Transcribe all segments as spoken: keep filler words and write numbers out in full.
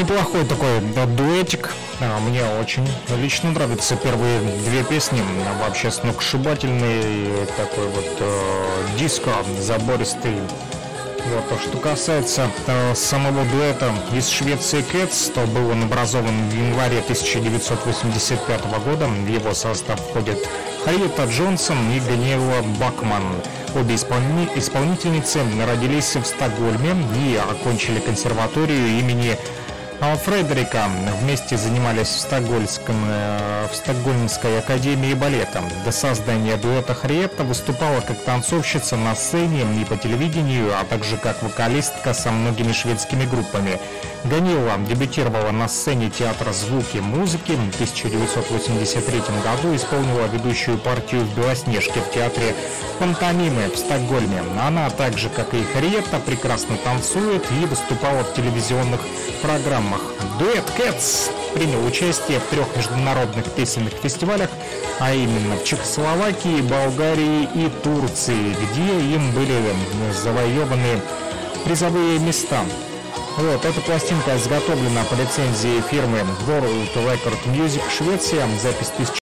неплохой такой да, дуэтик. А, мне очень лично нравятся первые две песни. Вообще сногсшибательный такой вот э, диско забористый. Вот, то, что касается э, самого дуэта из Швеции Cats, то был он образован в январе тысяча девятьсот восемьдесят пятого года. В его состав входят Харриета Джонсон и Ганниела Бакман. Обе исполни- исполнительницы родились в Стокгольме и окончили консерваторию имени Фредерика. Вместе занимались в, Стокгольмском, э, в Стокгольмской академии балета. До создания дуэта Харриетта выступала как танцовщица на сцене и по телевидению, а также как вокалистка со многими шведскими группами. Ганниела дебютировала на сцене театра звуки музыки. В тысяча девятьсот восемьдесят третьем году исполнила ведущую партию в «Белоснежке» в театре пантомимы в Стокгольме. Она, так же как и Харриетта, прекрасно танцует и выступала в телевизионных программах. Дуэт Cats принял участие в трех международных песенных фестивалях, а именно в Чехословакии, Болгарии и Турции, где им были завоеваны призовые места. Вот, эта пластинка изготовлена по лицензии фирмы World Record Music Швеция, запись тысяча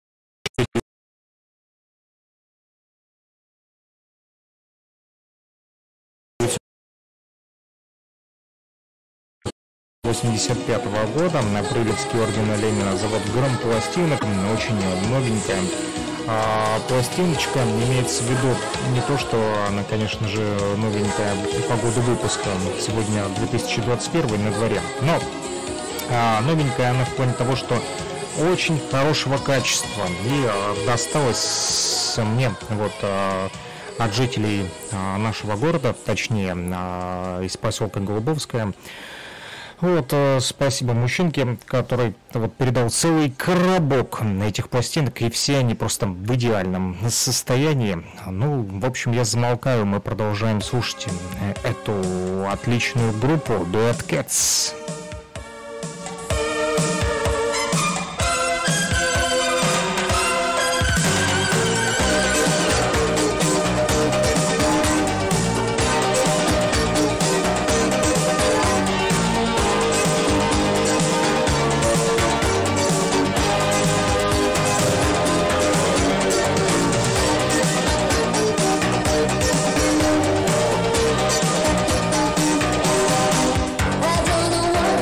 восемьдесят пятого года. На Брылевский орден Ленина, завод Гром пластинок, очень новенькая а, пластиночка. Имеется в виду не то, что она, конечно же, новенькая по году выпуска, сегодня две тысячи двадцать первый на дворе, но а, новенькая она в плане того, что очень хорошего качества и а, досталась мне вот а, от жителей а, нашего города, точнее а, из поселка Голубовская. Вот, спасибо мужчинке, который вот передал целый коробок этих пластинок, и все они просто в идеальном состоянии. Ну, в общем, я замолкаю, мы продолжаем слушать эту отличную группу Duet Cats. I don't know what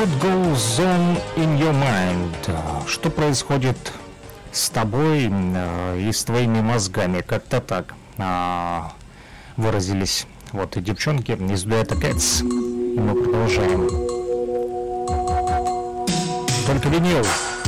What goes on in your mind? Что происходит с тобой э, и с твоими мозгами? Как-то так э, выразились вот и девчонки из дуэта Cats. И мы продолжаем. Только винил.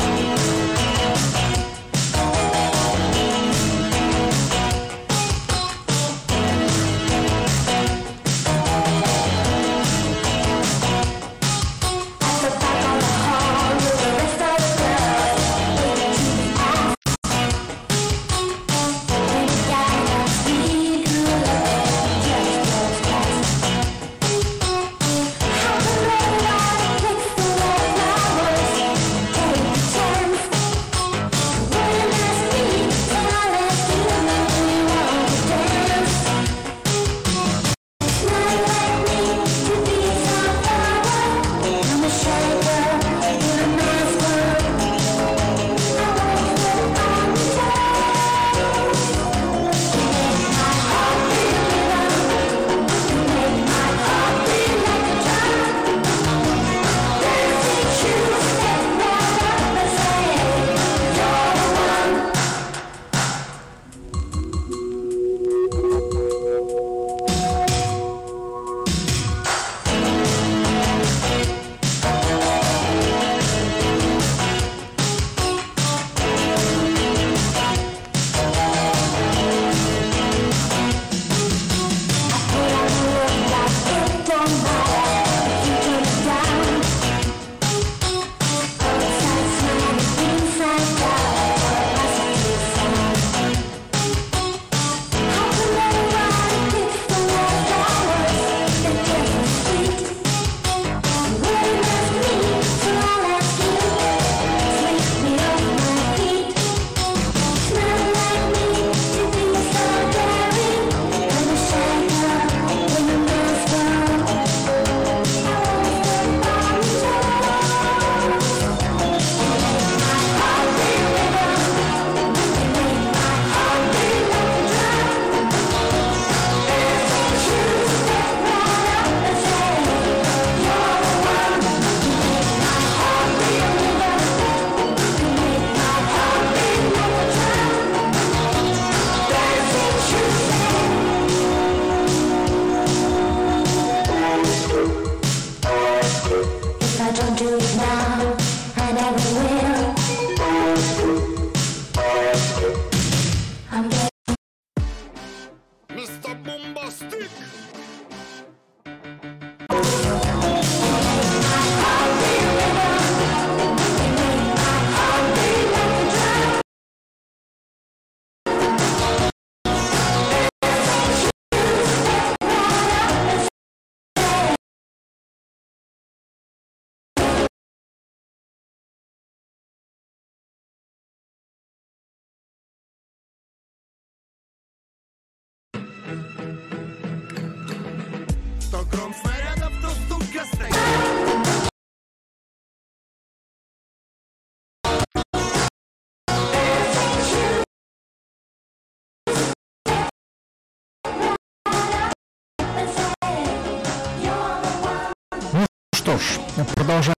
Что ж, продолжаем.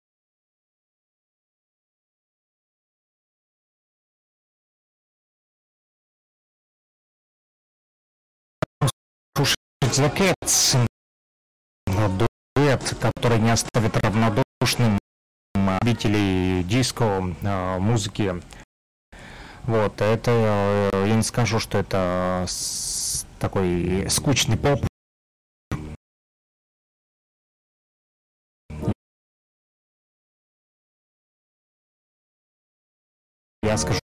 Слушать The Cats, дуэт, который не оставит равнодушным любителей диско, музыки. Вот, это, я не скажу, что это такой скучный поп. Я скажу,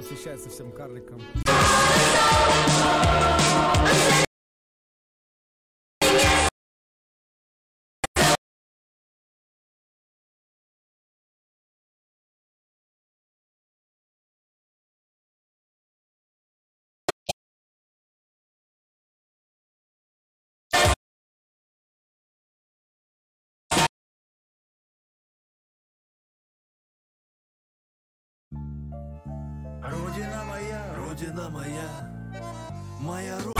посвящается всем карликам. Родина моя, Родина моя, моя Родина.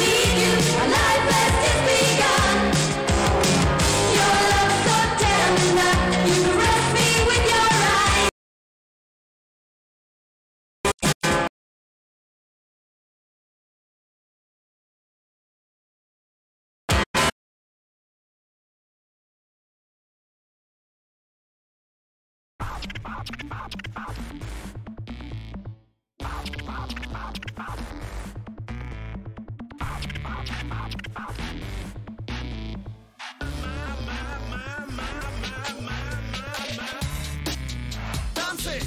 Танцы!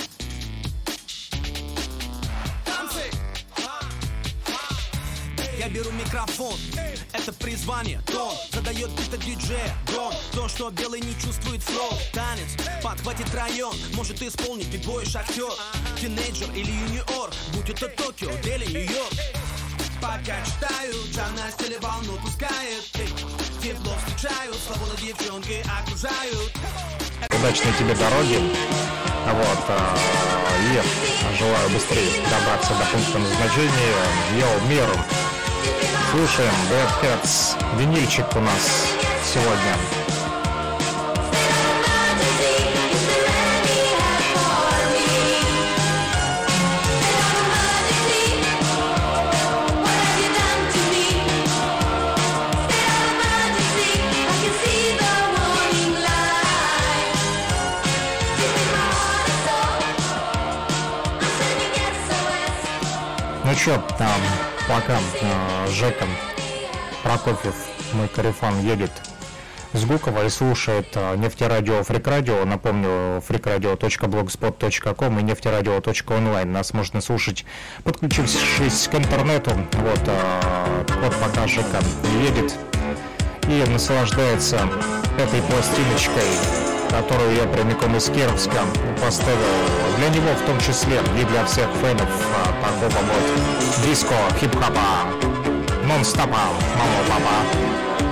Танцы! Я беру микрофон, это призвание, тон задает бита диджея, дрон. То, что белый не чувствует флоу, танец подхватит район, может исполнить бигбой шахтер, тинейджер или юниор, будь это Токио, Дели, Нью-Йорк. Пока читаю, джам на стиле волну пускает, тепло встречают, свобода девчонки окружают. Удачной тебе дороги. Вот, а, и желаю быстрее добраться до пункта назначения. Йоу, мир. Слушаем Dead Cats. Винильчик у нас сегодня. Ну чё, там, пока э, Жека Прокофьев, мой корефан, едет с Гукова и слушает э, Нефтерадио, Фрикрадио. Напомню, фрикрадио точка блогспот точка ком и нефтерадио точка онлайн. Нас можно слушать, подключившись к интернету. Вот, э, вот пока Жека едет и наслаждается этой пластиночкой, которую я прямиком из Кировска поставил для него в том числе и для всех фенов а, такого вот диско, хип-хопа, нон-стопа, мама-папа.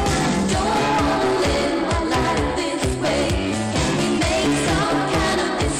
Kind of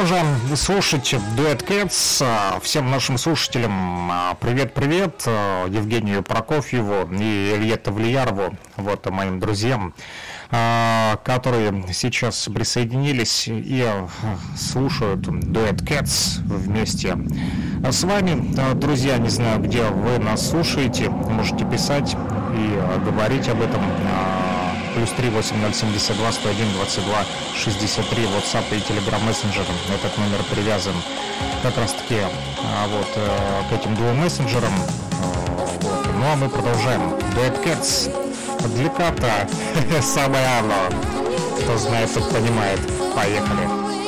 продолжаем слушать дуэт Cats. Всем нашим слушателям привет-привет. Евгению Прокофьеву и Илье Тавлиярову, вот моим друзьям, которые сейчас присоединились и слушают дуэт Cats вместе с вами. Друзья, не знаю, где вы нас слушаете, можете писать и говорить об этом. Плюс три восемь ноль семь два сто один двадцать два шестьдесят три, WhatsApp и Telegram Messenger. Этот номер привязан как раз таки вот к этим двум мессенджерам. Вот. Ну а мы продолжаем. Duet Cats. Для кота. Самое оно. Кто знает, тот понимает. Поехали.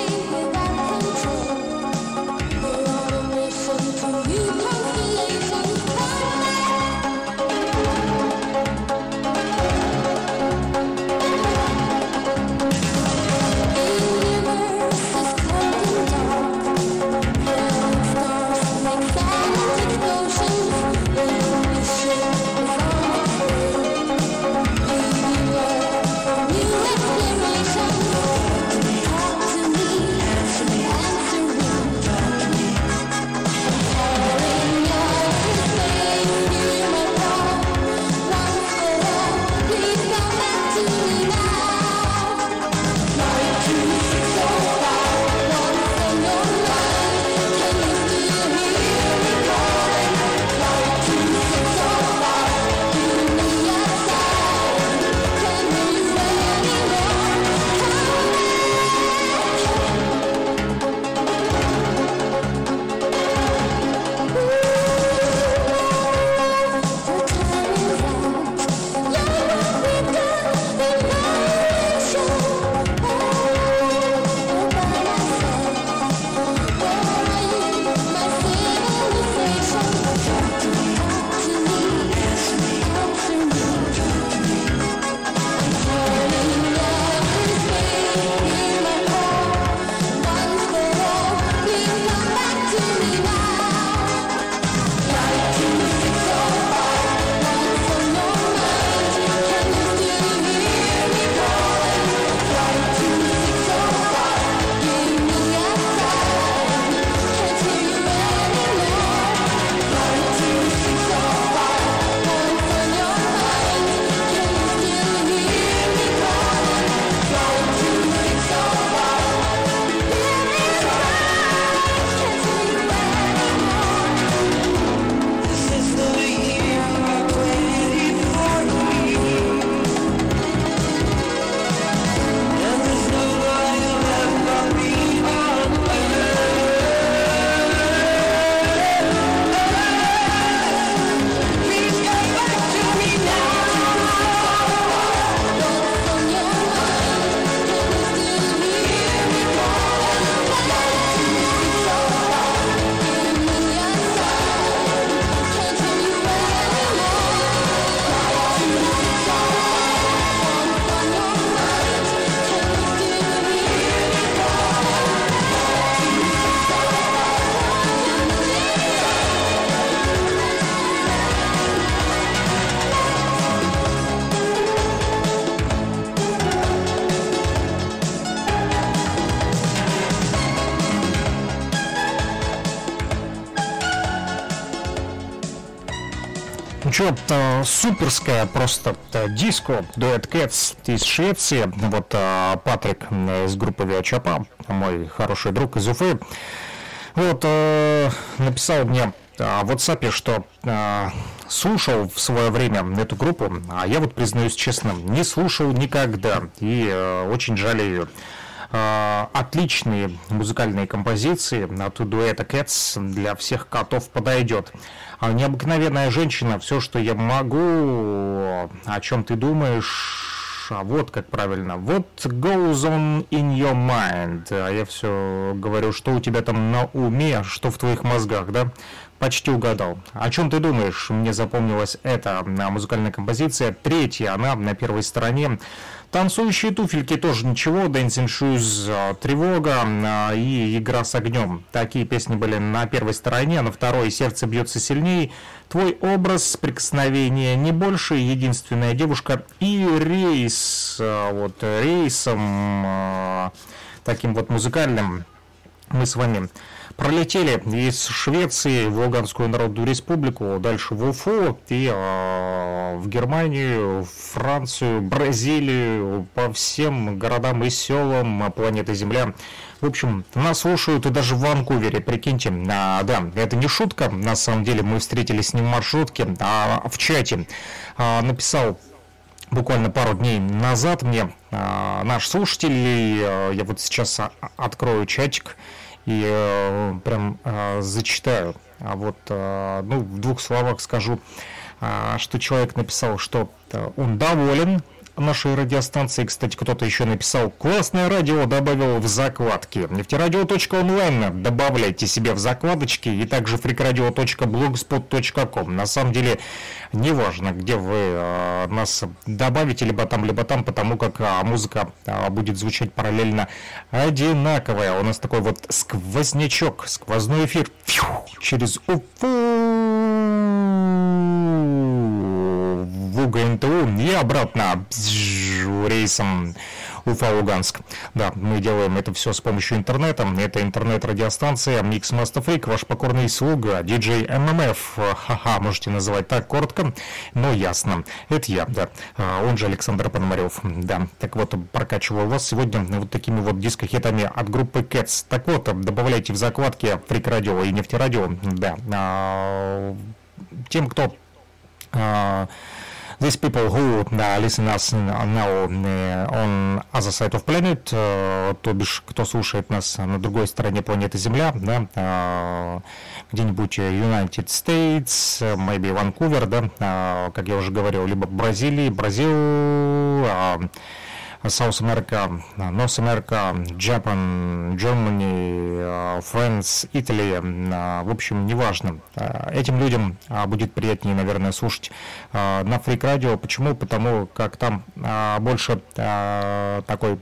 Что-то суперское просто диско, дуэт Cats из Швеции. Вот Патрик из группы Виачапа, мой хороший друг из Уфы, вот э, написал мне в WhatsApp, что э, слушал в свое время эту группу, а я вот признаюсь честно, не слушал никогда и э, очень жалею. Э, отличные музыкальные композиции от дуэта Cats, для всех котов подойдет. Необыкновенная женщина, все, что я могу, о чем ты думаешь, а вот как правильно, what goes on in your mind, а я все говорю, что у тебя там на уме, что в твоих мозгах, да, почти угадал. О чем ты думаешь? Мне запомнилась эта музыкальная композиция, третья, она на первой стороне. Танцующие туфельки тоже ничего, Dancing Shoes, Тревога и Игра с огнем. Такие песни были на первой стороне, а на второй Сердце бьется сильней, Твой образ, Прикосновение не больше, Единственная девушка и Рейс. Вот рейсом таким вот музыкальным мы с вами пролетели из Швеции в Луганскую Народную Республику, дальше в Уфу и э, в Германию, Францию, Бразилию, по всем городам и селам планеты Земля. В общем, нас слушают и даже в Ванкувере, прикиньте. А, да, это не шутка, на самом деле мы встретились с ним в маршрутке, а в чате а, написал буквально пару дней назад мне а, наш слушатель, и, а, я вот сейчас а, открою чатик и а, прям а, зачитаю. А вот, а, ну, в двух словах скажу, а, что человек написал, что а, он доволен нашей радиостанции. Кстати, кто-то еще написал: классное радио, добавил в закладки. нефтерадио точка онлайн добавляйте себе в закладочки, и также фрикрадио точка блогспот точка ком. На самом деле, неважно, где вы э, нас добавите, либо там, либо там, потому как э, музыка э, будет звучать параллельно одинаковая. У нас такой вот сквознячок, сквозной эфир фью, через Уфу в УГНТУ и обратно рейсом Уфа-Луганск. Да, мы делаем это все с помощью интернета. Это интернет-радиостанция Mix Master Freak, ваш покорный слуга, диджей эм эм эф. Ха-ха, можете называть так коротко, но ясно. Это я, да. Он же Александр Пономарев. Да, так вот, прокачиваю вас сегодня вот такими вот диско-хитами от группы Cats. Так вот, добавляйте в закладки Freak Radio и Нефтерадио. Да. Тем, кто... These people who uh, listen us now uh, on other side of planet, uh, то бишь, кто слушает нас на другой стороне планеты Земля, да, uh, где-нибудь United States, maybe Ванкувер, да, uh, как я уже говорил, либо Бразилии, Бразил, uh, South America, North America, Japan, Germany, France, Italy, в общем, неважно. Этим людям будет приятнее, наверное, слушать на Freak Radio. Почему? Потому как там больше такой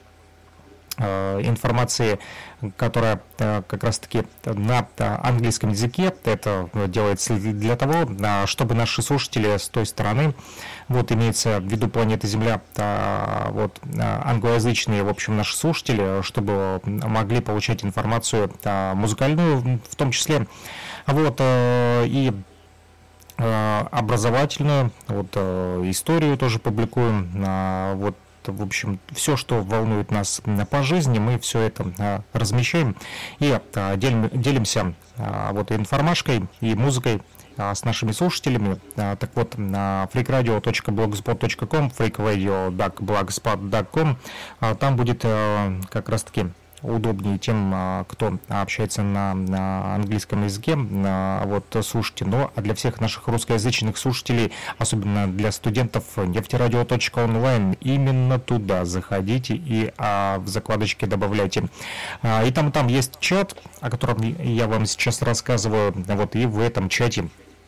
информации, которая как раз-таки на английском языке. Это делается для того, чтобы наши слушатели с той стороны, вот имеется в виду планета Земля, вот англоязычные, в общем, наши слушатели, чтобы могли получать информацию музыкальную в том числе, вот, и образовательную, вот, историю тоже публикуем, вот. В общем, все, что волнует нас по жизни, мы все это размещаем и делим, делимся вот информашкой и музыкой с нашими слушателями. Так вот, на фрикрадио точка блогспот точка ком, фрикрадио точка блогспот точка ком, там будет как раз-таки удобнее тем, кто общается на, на английском языке, вот, слушайте. Но а для всех наших русскоязычных слушателей, особенно для студентов, нефтерадио точка онлайн, именно туда заходите и а, в закладочке добавляйте. А, и там, и там есть чат, о котором я вам сейчас рассказываю, вот, и в этом чате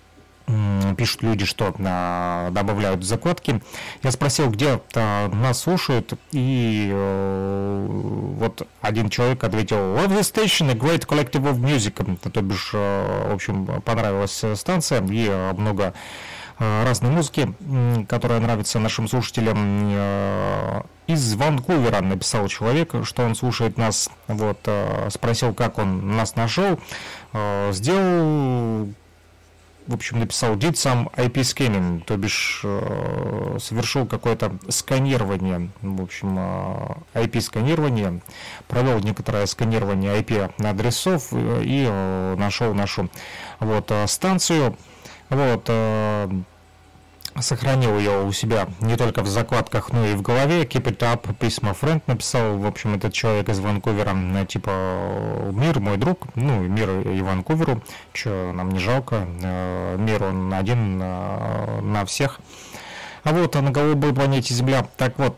пишут люди, что а, добавляют закладки. Я спросил, где а, нас слушают, и а, вот один человек ответил: Love the station, a great collective of music. То бишь, а, в общем, понравилась станция, и а, много а, разной музыки, которая нравится нашим слушателям. А, из Ванкувера написал человек, что он слушает нас, вот, а, спросил, как он нас нашел, а, сделал... В общем, написал did some ай пи scanning, то бишь э, совершил какое-то сканирование, в общем, э, ай пи-сканирование, провел некоторое сканирование ай пи-адресов и э, нашел нашу вот, станцию, вот, э, сохранил ее у себя не только в закладках, но и в голове. Keep it up, peace my friend, написал, в общем, этот человек из Ванкувера, типа, мир мой друг, ну, мир и Ванкуверу, что нам не жалко, мир он один на всех. А вот, на голубой планете Земля, так вот,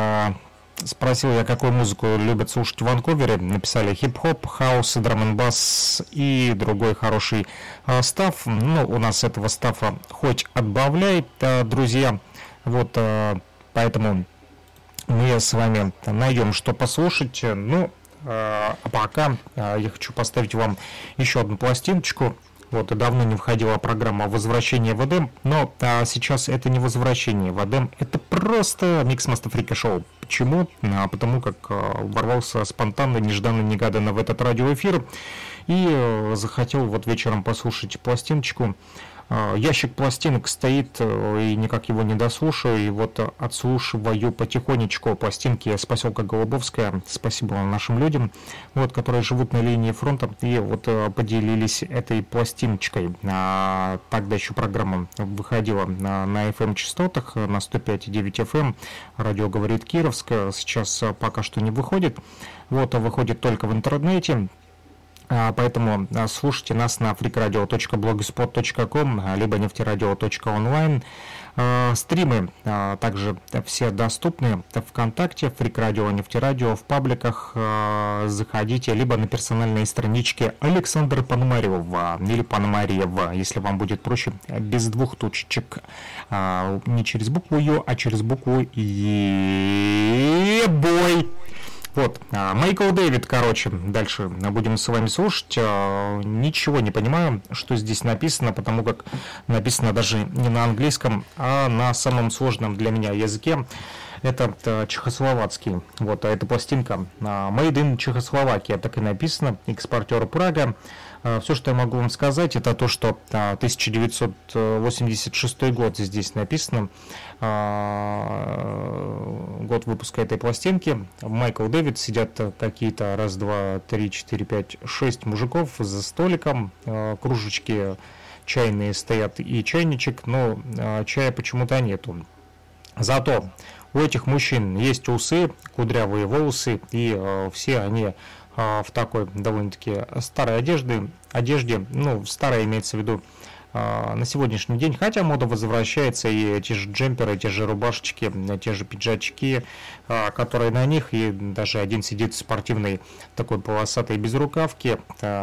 спросил я, какую музыку любят слушать в Ванкувере. Написали хип-хоп, хаус, драм-н-бас и другой хороший э, стаф. Ну, у нас этого стафа хоть отбавляет, э, друзья. Вот, э, поэтому мы с вами найдем, что послушать. Ну, э, а пока э, я хочу поставить вам еще одну пластиночку. Вот, и давно не входила программа «Возвращение в Эдем», но а, сейчас это не «Возвращение в Эдем», это просто Mix Master Freak Show. Почему? А потому как ворвался спонтанно, нежданно-негаданно в этот радиоэфир и захотел вот вечером послушать пластиночку. Ящик пластинок стоит, и никак его не дослушаю, и вот отслушиваю потихонечку пластинки с поселка Голубовская. Спасибо нашим людям, вот, которые живут на линии фронта, и вот поделились этой пластиночкой. А, тогда еще программа выходила на, на эф эм-частотах, на сто пять и девять эф эм, радио «Говорит Кировск», сейчас пока что не выходит, вот, а выходит только в интернете. Поэтому слушайте нас на фрикрадио точка блогспот точка ком либо нефтерадио точка онлайн. Стримы также все доступны ВКонтакте, Фрикрадио, Нефтерадио, в пабликах. Заходите либо на персональные странички Александра Пономарева или Пономарева, если вам будет проще, без двух точечек, не через букву Ё, а через букву Е. Бой. Вот, Майкл Дэвид, короче, дальше будем с вами слушать. Ничего не понимаю, что здесь написано, потому как написано даже не на английском, а на самом сложном для меня языке. Это чехословацкий. Вот, а эта пластинка Made in Чехословакия, так и написано, экспортер Прага. Все, что я могу вам сказать, это то, что тысяча девятьсот восемьдесят шестой год здесь написано, год выпуска этой пластинки. Майкл Дэвид, сидят какие-то раз, два, три, четыре, пять, шесть мужиков за столиком, кружечки чайные стоят и чайничек, но чая почему-то нету. Зато у этих мужчин есть усы, кудрявые волосы, и все они в такой довольно-таки старой одежде, одежде, ну, старая имеется в виду на сегодняшний день, хотя мода возвращается, и те же джемперы, те же рубашечки, те же пиджачки, которые на них, и даже один сидит в спортивной такой полосатой безрукавке,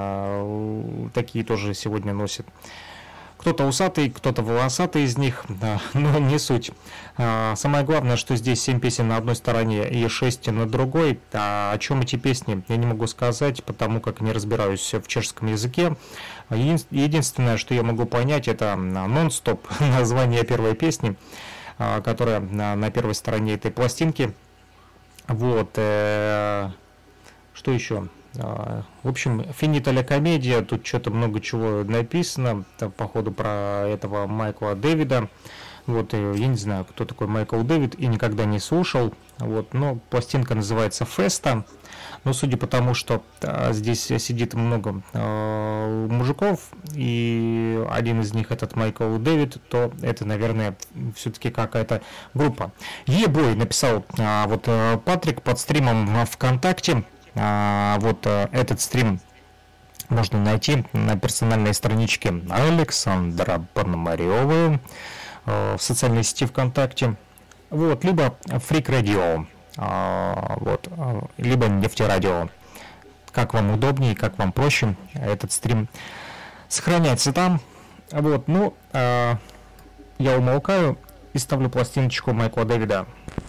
такие тоже сегодня носят. Кто-то усатый, кто-то волосатый из них, да, но не суть. А, самое главное, что здесь семь песен на одной стороне и шесть на другой. А о чем эти песни, я не могу сказать, потому как не разбираюсь в чешском языке. Единственное, что я могу понять, это «Нон-стоп», название первой песни, которая на первой стороне этой пластинки. Вот. Что еще? В общем, «Финита ля комедия», тут что-то много чего написано, походу, про этого Майкла Дэвида. Вот, я не знаю, кто такой Майкл Дэвид, и никогда не слушал. Вот, но пластинка называется «Феста». Но судя по тому, что а, здесь сидит много а, мужиков, и один из них этот Майкл Дэвид, то это, наверное, все-таки какая-то группа. Е-бой написал а, вот Патрик под стримом ВКонтакте. А, вот а, этот стрим можно найти на персональной страничке Александра Пономарева а, в социальной сети ВКонтакте, вот, либо Фрик-радио, а, вот, а, либо Нефтерадио. Как вам удобнее, как вам проще, этот стрим сохраняется там. Вот, ну, а, я умолкаю и ставлю пластиночку Майкла Дэвида.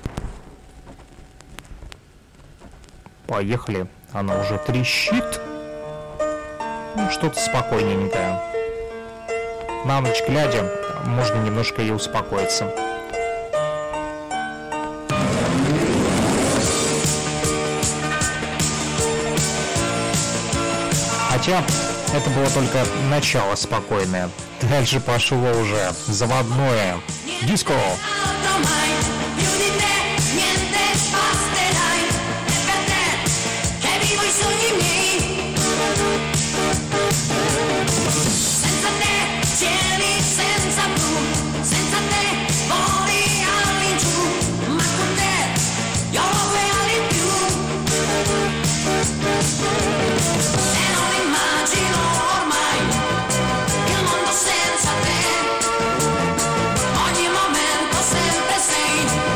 Поехали. Она уже трещит. Ну, что-то спокойненькое. На ночь глядя, можно немножко и успокоиться. Хотя это было только начало спокойное. Дальше пошло уже заводное диско. Ogni momento sempre sei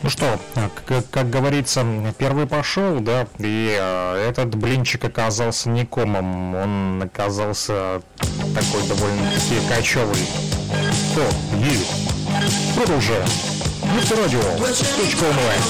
Ну что, как, как говорится, первый пошел, да, и э, этот блинчик оказался не комом, он оказался такой довольно-таки кочевый. О, Юрий, продолжаем. Нефтерадио, точка онлайн.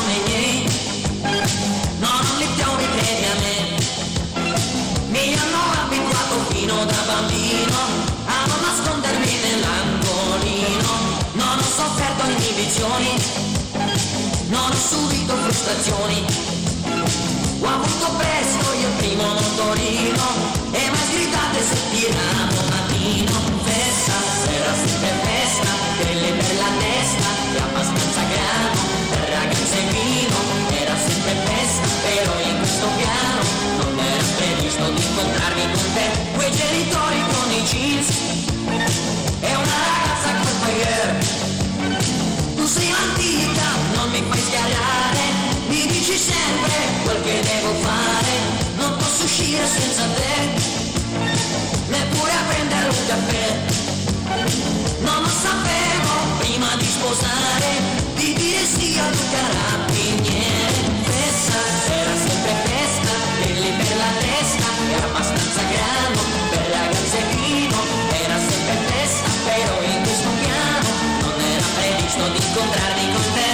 Mi hanno abituato fino da bambino a non nascondermi nell'angolino. Non ho sofferto inibizioni, non ho subito frustrazioni. Ho avuto presto il primo motorino e mai sgridate se tiravo un mattino. Festa, era sempre festa, grille per la testa e abbastanza grano per ragazze e vino. Era sempre festa, però in questo piano non era previsto di incontrarmi con te. Quei genitori con i jeans e una ragazza col tailleur. Tu sei antica, non mi fai sgarrare, mi dici sempre quel che devo fare. Non posso uscire senza te, neppure a prendere un caffè. Non lo sapevo prima di sposare, di dire sì ad un carabiniere. Festa, era sempre festa, grilli per la testa e abbastanza grano per ragazze e vino. Era sempre festa, però in questo piano non era previsto di incontrarmi con te.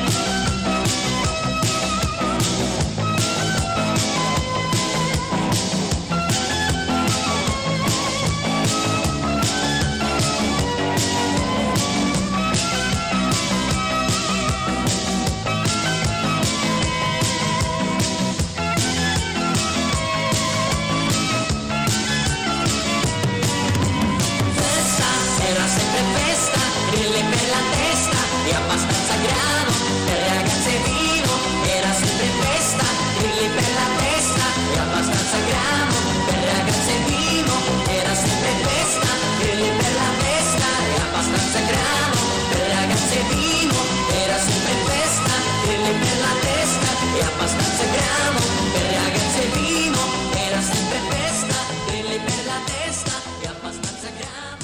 Era sempre festa, grilli per la testa e abbastanza grano per ragazze e vino. Era sempre festa, grilli per la testa e abbastanza grano per ragazze e vino. Era sempre festa, grilli per la testa e abbastanza grano per ragazze e vino. Era sempre festa, grilli per la testa e abbastanza grano per ragazze e vino. Era sempre festa, grilli per la testa e abbastanza grano.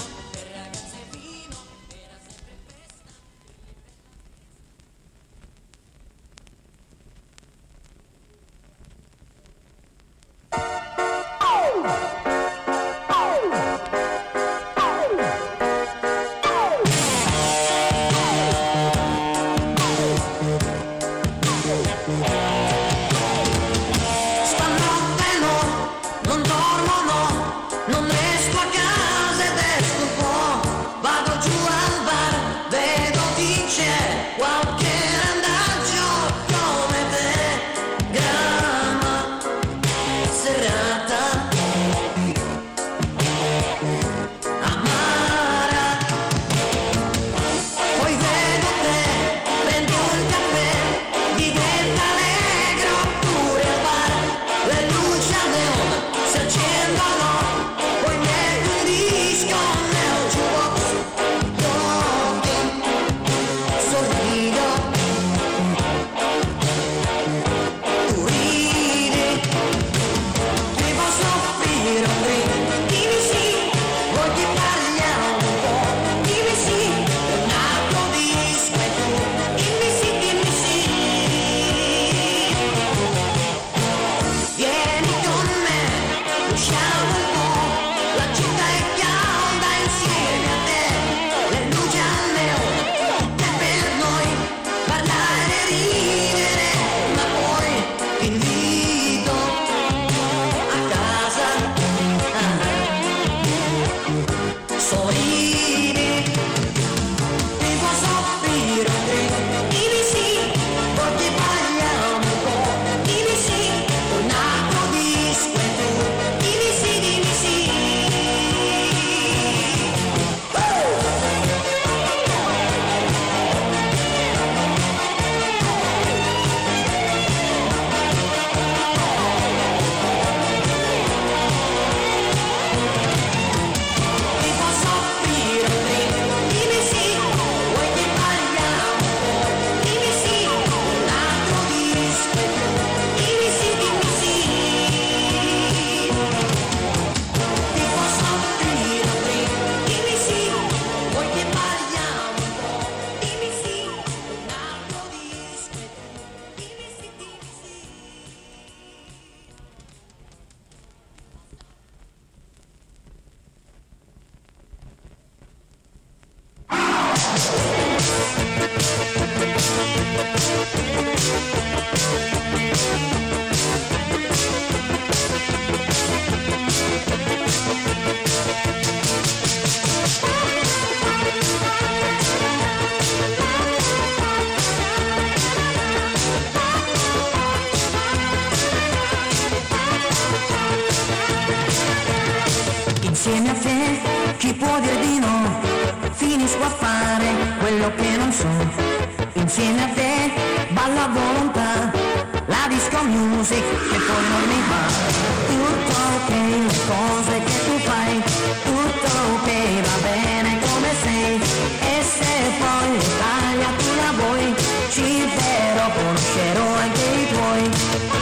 canzone, insieme a te ballo a volontà, la disco music che poi non mi va. Tutto ok, le cose che tu fai, tutto ok, va bene come sei, e se poi l'Italia tu la vuoi, ci verrò, conoscerò anche i tuoi.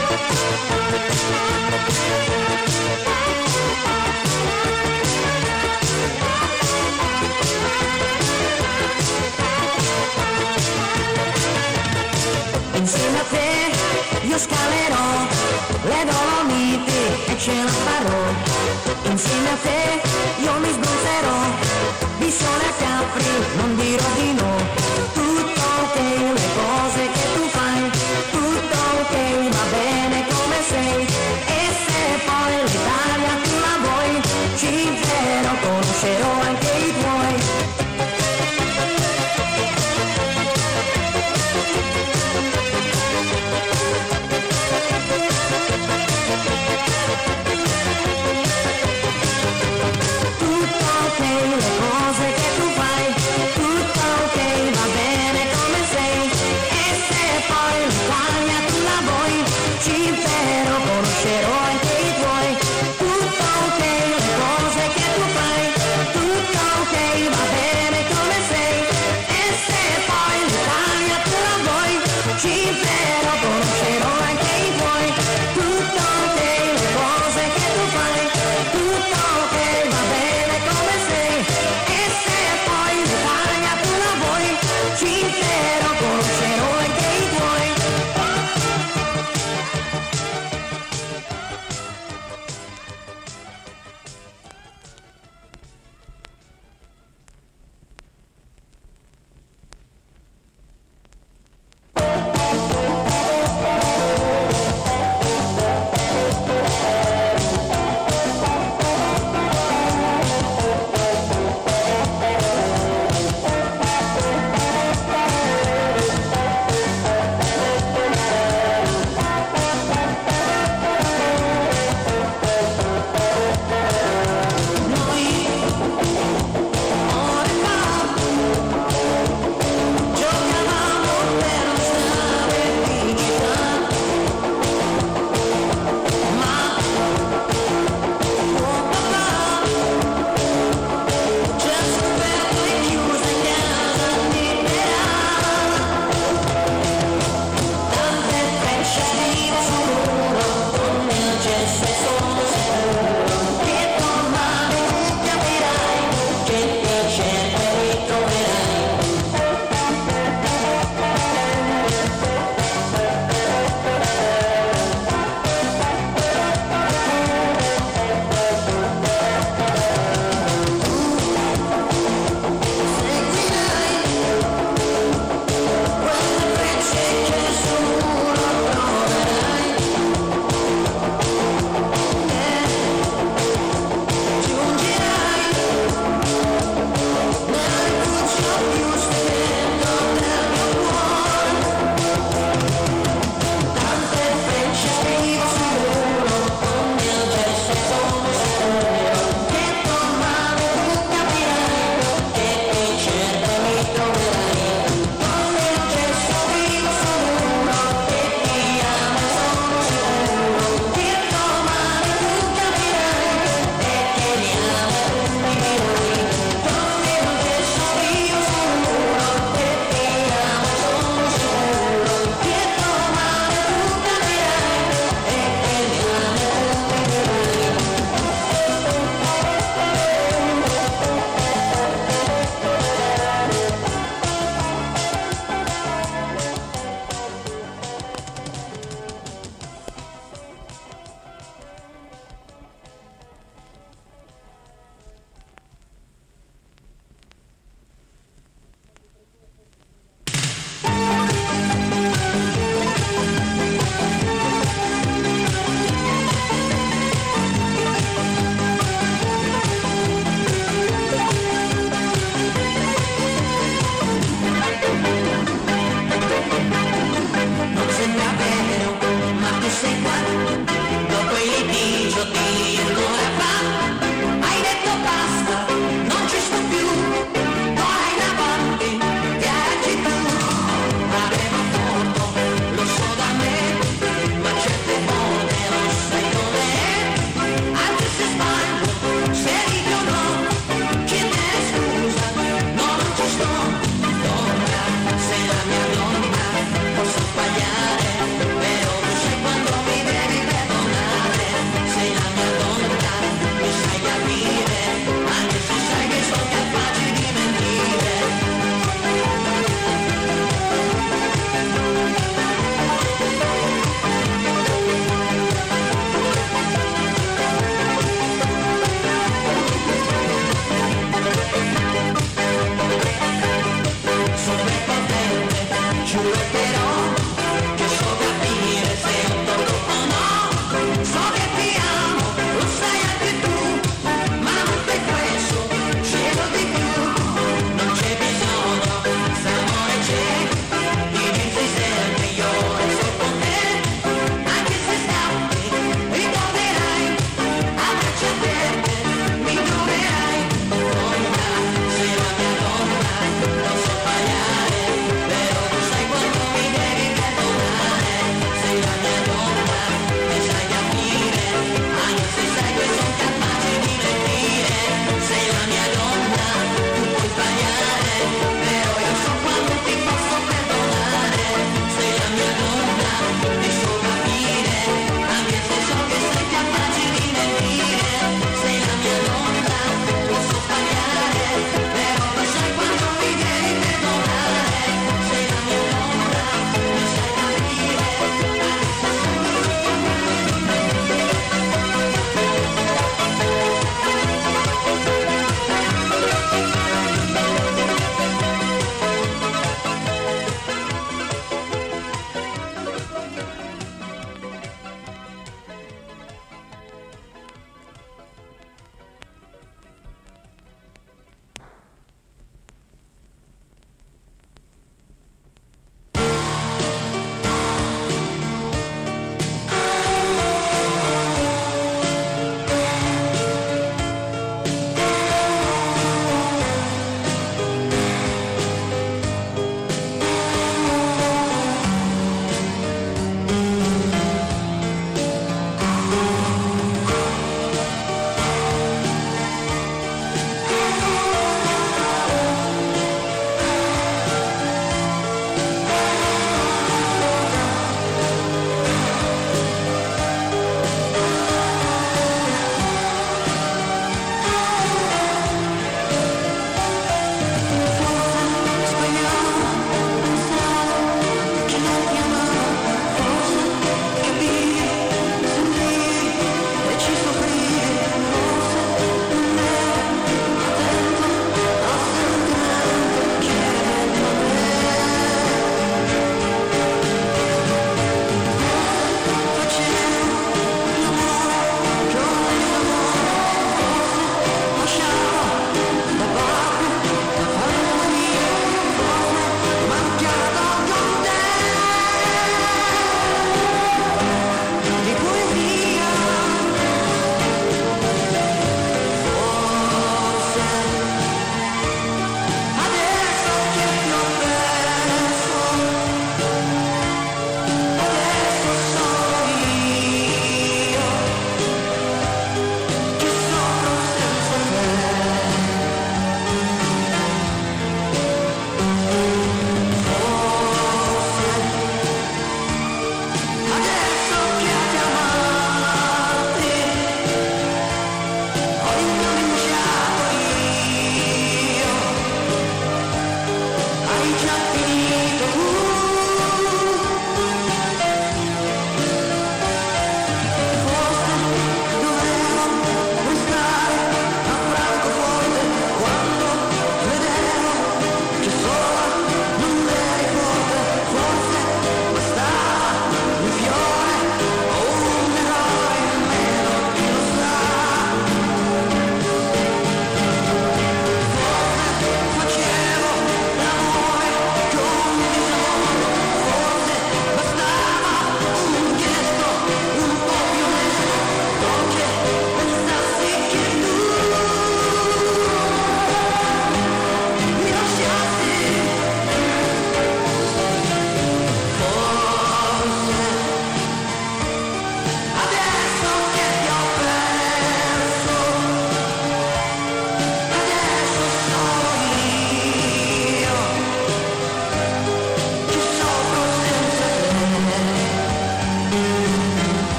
Insieme a te io scalerò le Dolomiti e ce la farò. Insieme a te io mi sbronzerò, di sole a Capri non dirò di no. Tutto ok, le cose che tu fai, tutto ok, va bene come sei, e se poi l'Italia tu la vuoi, ci verrò, conoscerò anche i tuoi.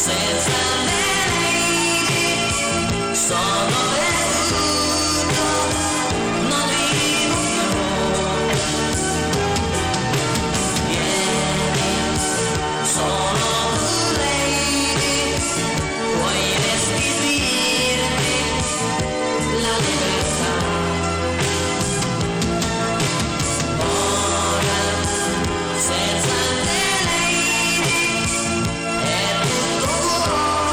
senza lei sono perduto, non vivo più. Vieni, sono tu lady, puoi restituirmi la libertà. Ora, senza te lady, è tutto vuoto.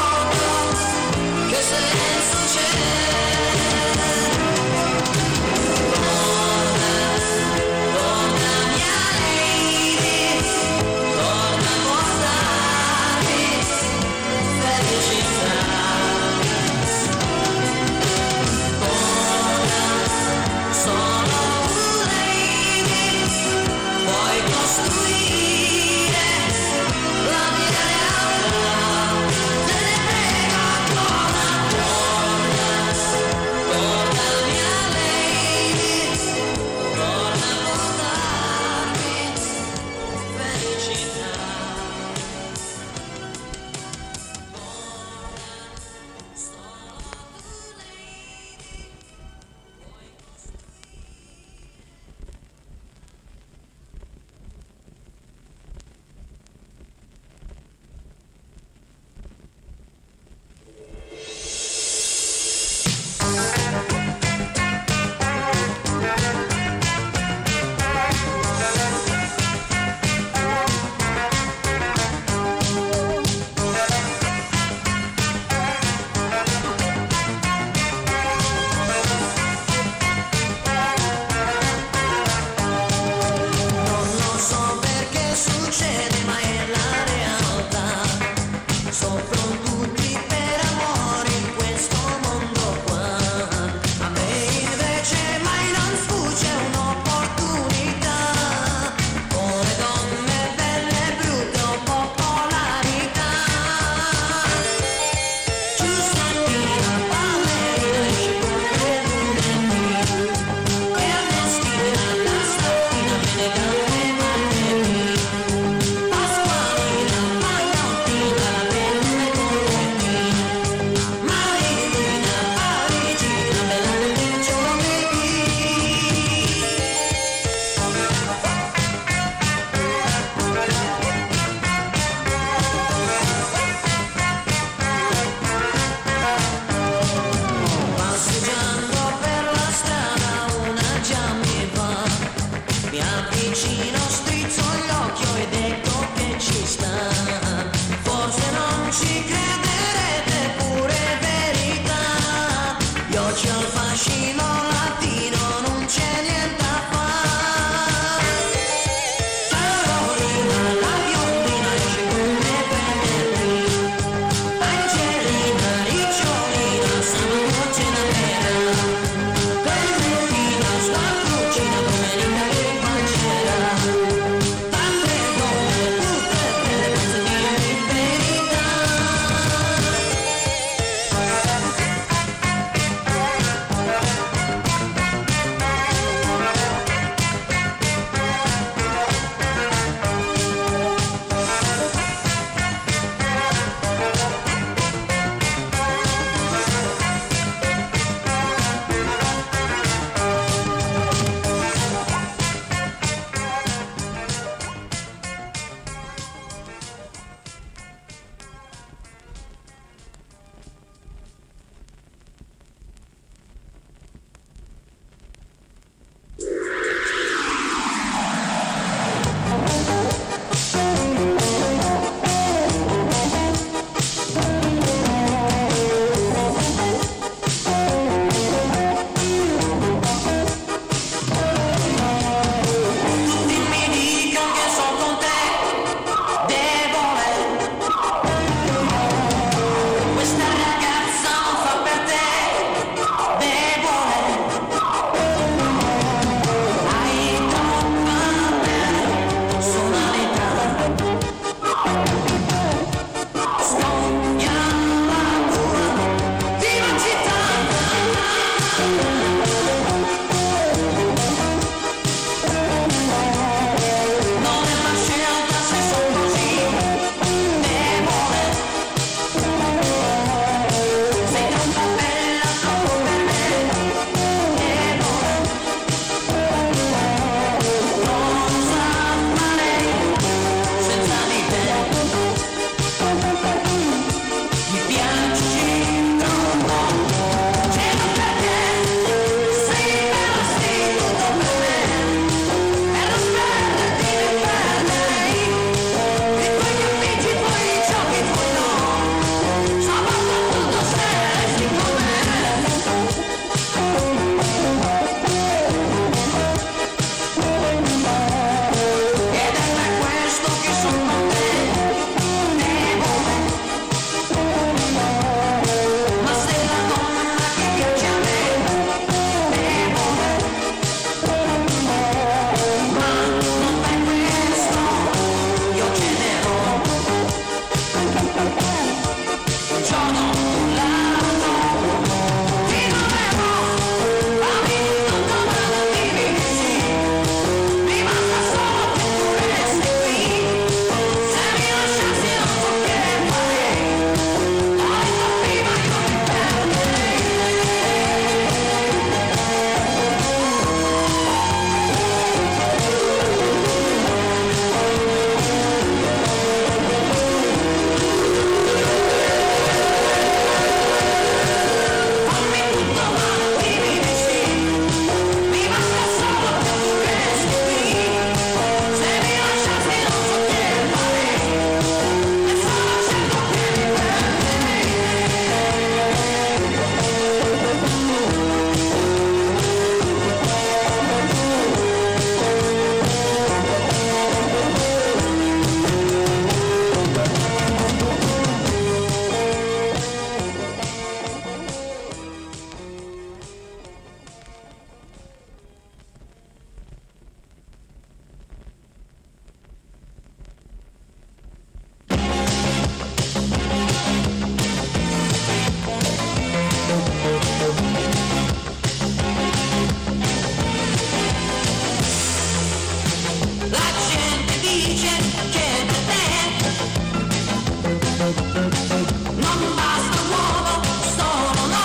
Non basta un uovo, solo no.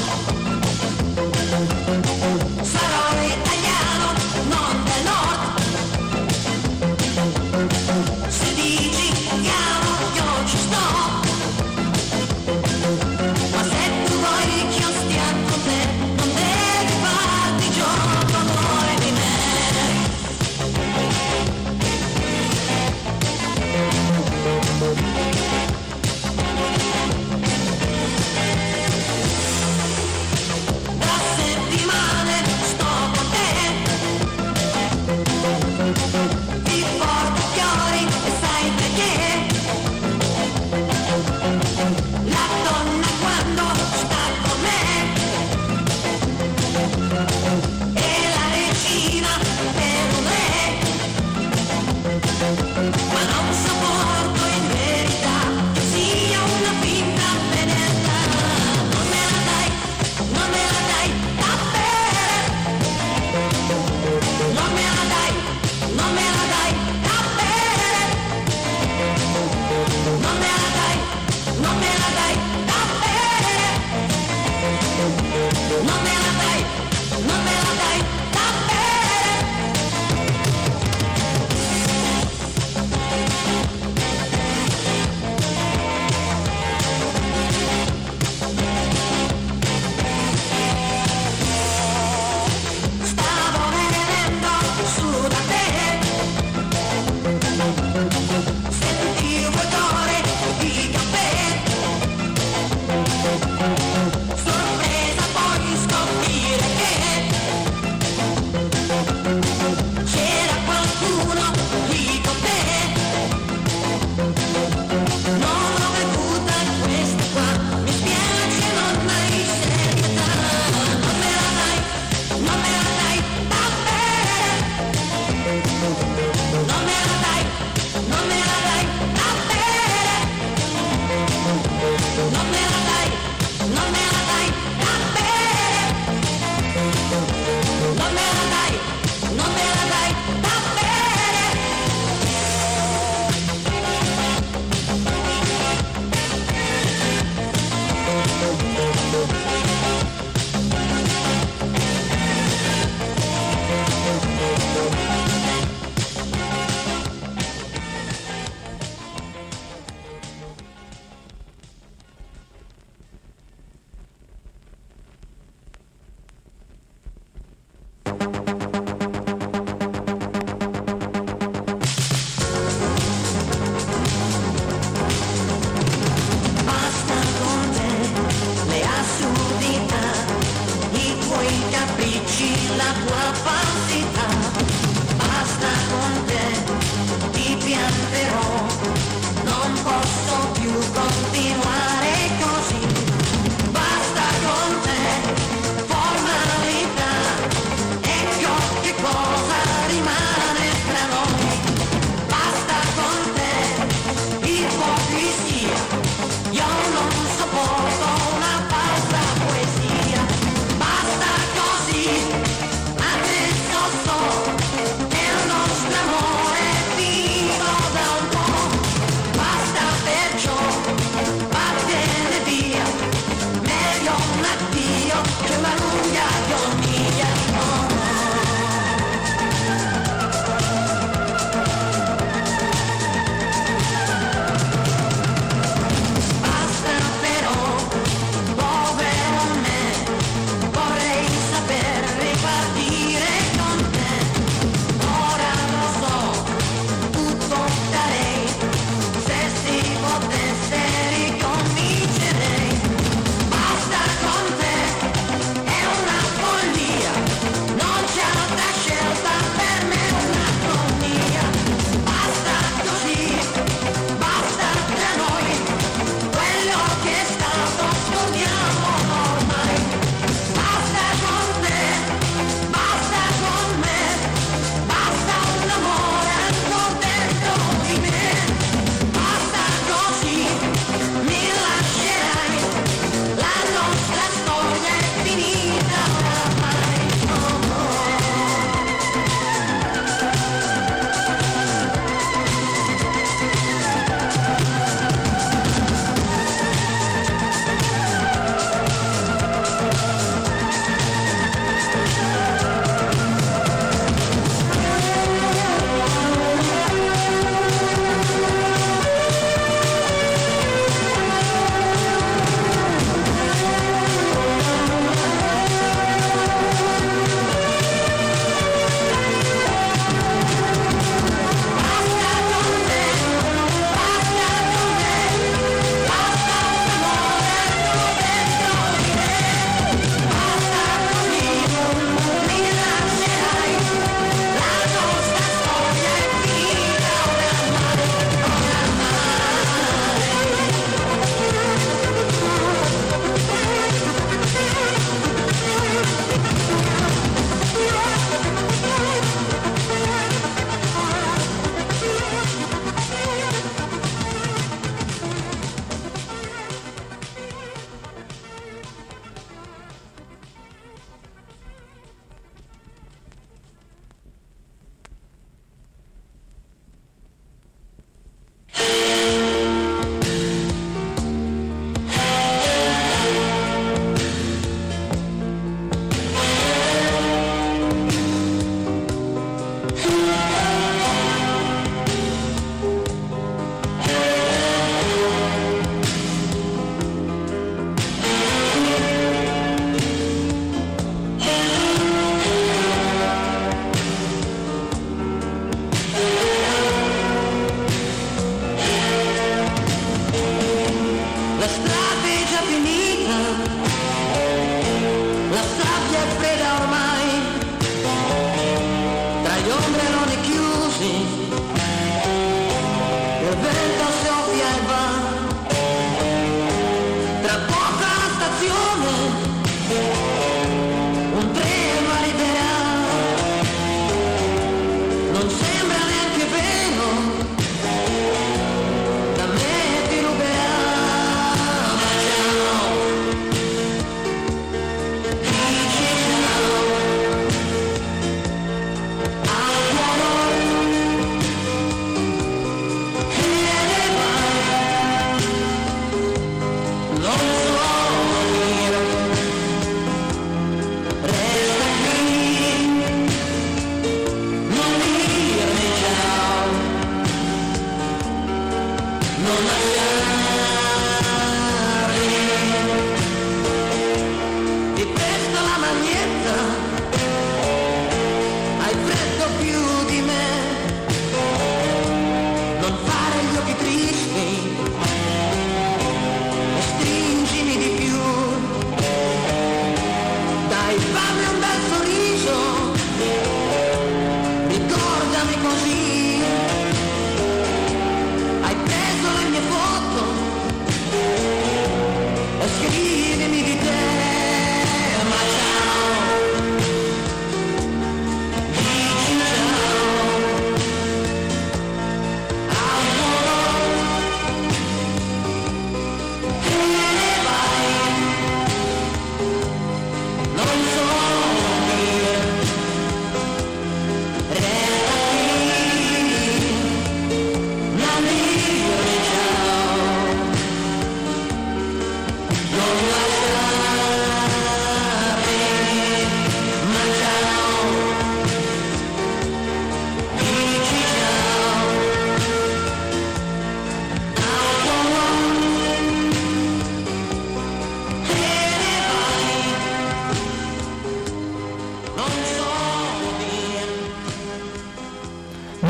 Sarò italiano, non del nord. Se dici piano io ci sto. Ma se tu vuoi che io stia con te, non devi farti gioco poi di me.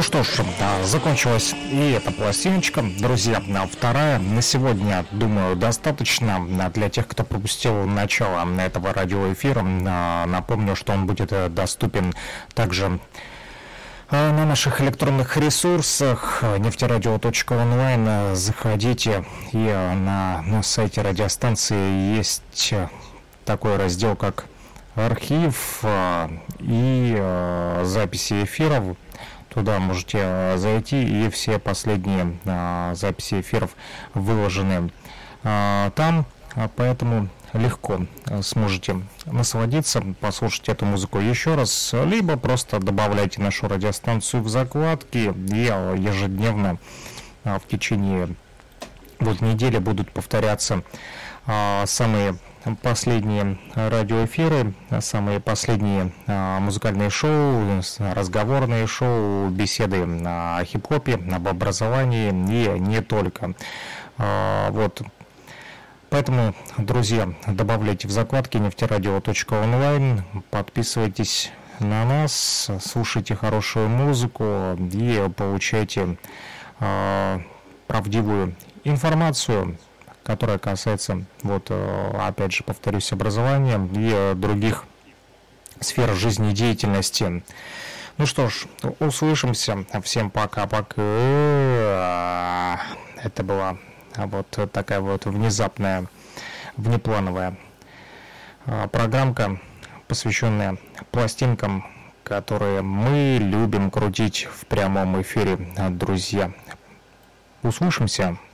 что ж, закончилась и эта пластиночка. Друзья, вторая на сегодня, думаю, достаточно. Для тех, кто пропустил начало этого радиоэфира, напомню, что он будет доступен также на наших электронных ресурсах нефтерадио точка онлайн. Заходите, и на, на сайте радиостанции есть такой раздел, как архив и записи эфиров. Туда можете зайти, и все последние а, записи эфиров выложены а, там, а, поэтому легко сможете насладиться, послушать эту музыку еще раз, либо просто добавляйте нашу радиостанцию в закладки, и ежедневно а, в течение вот недели будут повторяться а, самые последние радиоэфиры, самые последние а, музыкальные шоу, разговорные шоу, беседы о хип-хопе, об образовании и не только. А, вот. Поэтому, друзья, добавляйте в закладки нефтерадио точка онлайн, подписывайтесь на нас, слушайте хорошую музыку и получайте а, правдивую информацию, которая касается, вот, опять же, повторюсь, образования и других сфер жизнедеятельности. Ну что ж, услышимся. Всем пока-пока. Это была вот такая вот внезапная, внеплановая программка, посвященная пластинкам, которые мы любим крутить в прямом эфире, друзья. Услышимся.